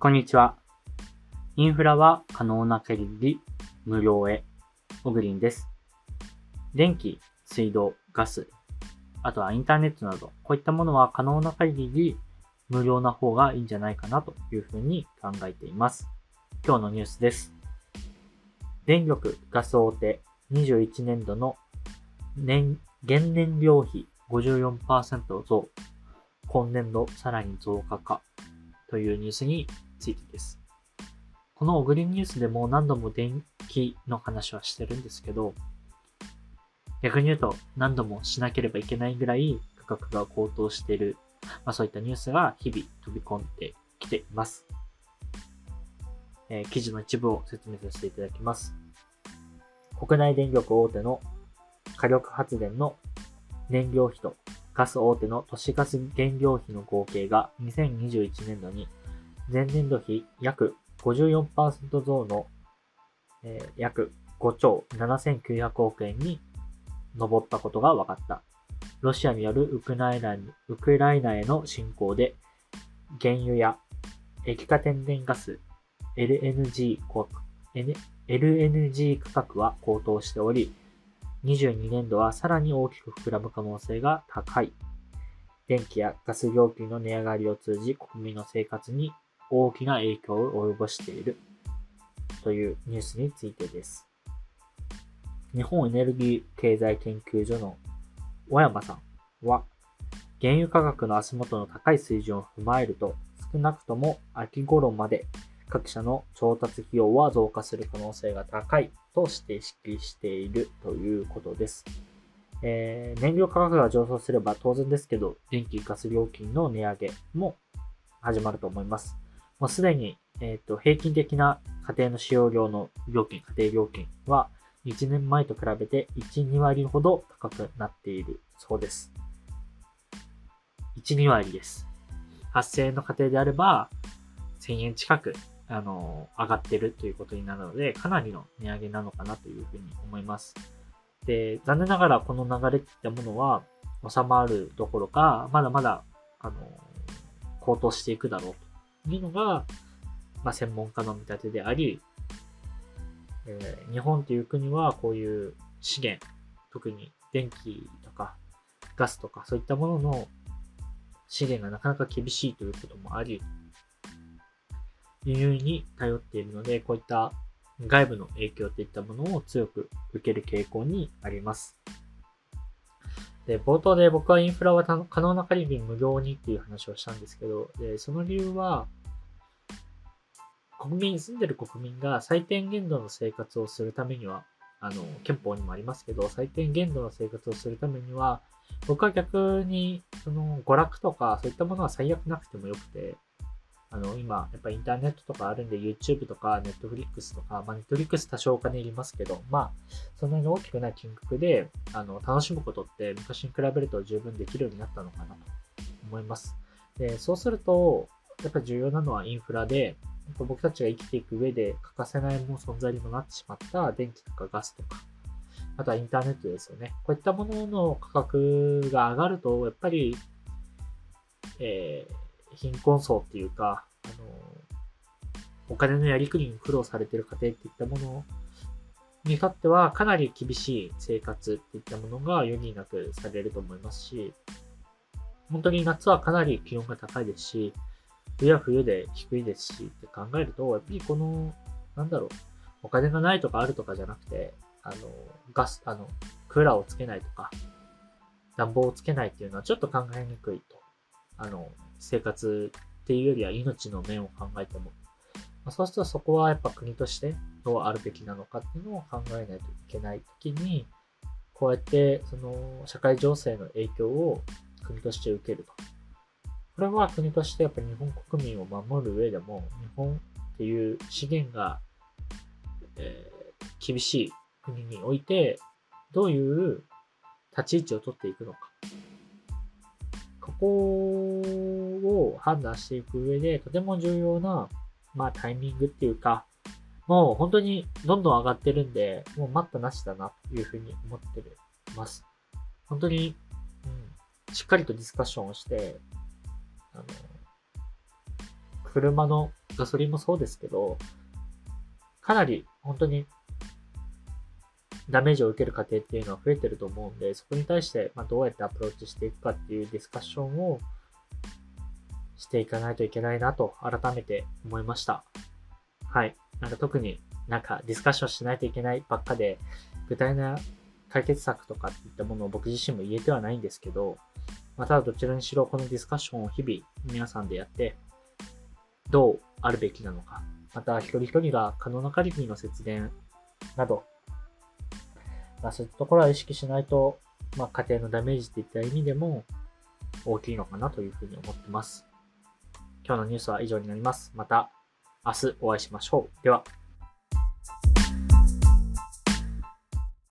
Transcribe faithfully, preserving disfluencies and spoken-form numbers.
こんにちは。インフラは可能な限り無料へ。オグリンです。電気、水道、ガス、あとはインターネットなど、こういったものは可能な限り無料な方がいいんじゃないかなというふうに考えています。今日のニュースです。電力・ガス大手にじゅういちねんどの年原燃料費 ごじゅうよんパーセント 増、今年度さらに増加かというニュースについてです。このオグリンニュースでも何度も電気の話はしてるんですけど、逆に言うと何度もしなければいけないぐらい価格が高騰している、まあ、そういったニュースが日々飛び込んできています。えー、記事の一部を説明させていただきます。国内電力大手の火力発電の燃料費とガス大手の都市ガス原料費の合計がにせんにじゅういちねんどに前年度比約 ごじゅうよんパーセント 増の、えー、約ごちょうななせんきゅうひゃくおくえんに上ったことが分かった。ロシアによるウクライナに、ウクライナへの侵攻で原油や液化天然ガス エルエヌジー エルエヌジー 価格は高騰しており、にじゅうにねんどはさらに大きく膨らむ可能性が高い。電気やガス料金の値上がりを通じ、国民の生活に大きな影響を及ぼしているというニュースについてです。日本エネルギー経済研究所の小山さんは、原油価格の足元の高い水準を踏まえると、少なくとも秋頃まで各社の調達費用は増加する可能性が高いと指摘しているということです。えー、燃料価格が上昇すれば当然ですけど、電気・ガス料金の値上げも始まると思います。もうすでに、えーと、平均的な家庭の使用量の料金、家庭料金はいちねんまえと比べていち、にわりほど高くなっているそうです。いち、にわりです。はっせんえんの家庭であればせんえん近く、あのー、上がっているということになるので、かなりの値上げなのかなというふうに思います。で、残念ながらこの流れっていったものは収まるどころか、まだまだ、あのー、高騰していくだろうというのが、まあ、専門家の見立てであり、えー、日本という国はこういう資源、特に電気とかガスとかそういったものの資源がなかなか厳しいということもあり、輸入に頼っているので、こういった外部の影響といったものを強く受ける傾向にあります。で、冒頭で僕はインフラは可能な限り無料にっていう話をしたんですけど、でその理由は、国民、住んでる国民が最低限度の生活をするためには、あの、憲法にもありますけど、最低限度の生活をするためには、僕は逆に、その、娯楽とか、そういったものは最悪なくてもよくて、あの、今、やっぱインターネットとかあるんで、YouTube とか Netflix とか、まあ、Netflix 多少お金いりますけど、まあ、そんなに大きくない金額で、あの、楽しむことって昔に比べると十分できるようになったのかなと思います。で、そうすると、やっぱり重要なのはインフラで、僕たちが生きていく上で欠かせないも存在にもなってしまった電気とかガスとか、あとはインターネットですよね。こういったものの価格が上がると、やっぱり、えー、貧困層っていうか、あの、お金のやりくりに苦労されている家庭っていったものにとってはかなり厳しい生活っていったものが余儀なくされると思いますし、本当に夏はかなり気温が高いですし、冬は冬で低いですしって考えると、やっぱりこの、なんだろう、お金がないとかあるとかじゃなくて、あの、ガス、あの、クーラーをつけないとか、暖房をつけないっていうのはちょっと考えにくいと。あの、生活っていうよりは命の面を考えても。まあ、そうするとそこはやっぱ国としてどうあるべきなのかっていうのを考えないといけないときに、こうやってその社会情勢の影響を国として受けると。これは国としてやっぱり日本国民を守る上でも、日本っていう資源が、えー、厳しい国において、どういう立ち位置を取っていくのか。ここを判断していく上で、とても重要な、まあタイミングっていうか、もう本当にどんどん上がってるんで、もう待ったなしだなというふうに思ってます。本当に、うん、しっかりとディスカッションをして、あの、 車のガソリンもそうですけど、かなり本当にダメージを受ける過程っていうのは増えてると思うんで、そこに対してまあどうやってアプローチしていくかっていうディスカッションをしていかないといけないなと改めて思いました。はい。なんか特になんかディスカッションしないといけないばっかで、具体な解決策とかっていったものを僕自身も言えてはないんですけど、まあ、ただどちらにしろこのディスカッションを日々皆さんでやって、どうあるべきなのか、また一人一人が可能な限りの節電など、まあ、そういったところは意識しないと、まあ、家庭のダメージといった意味でも大きいのかなというふうに思ってます。今日のニュースは以上になります。また明日お会いしましょう。では。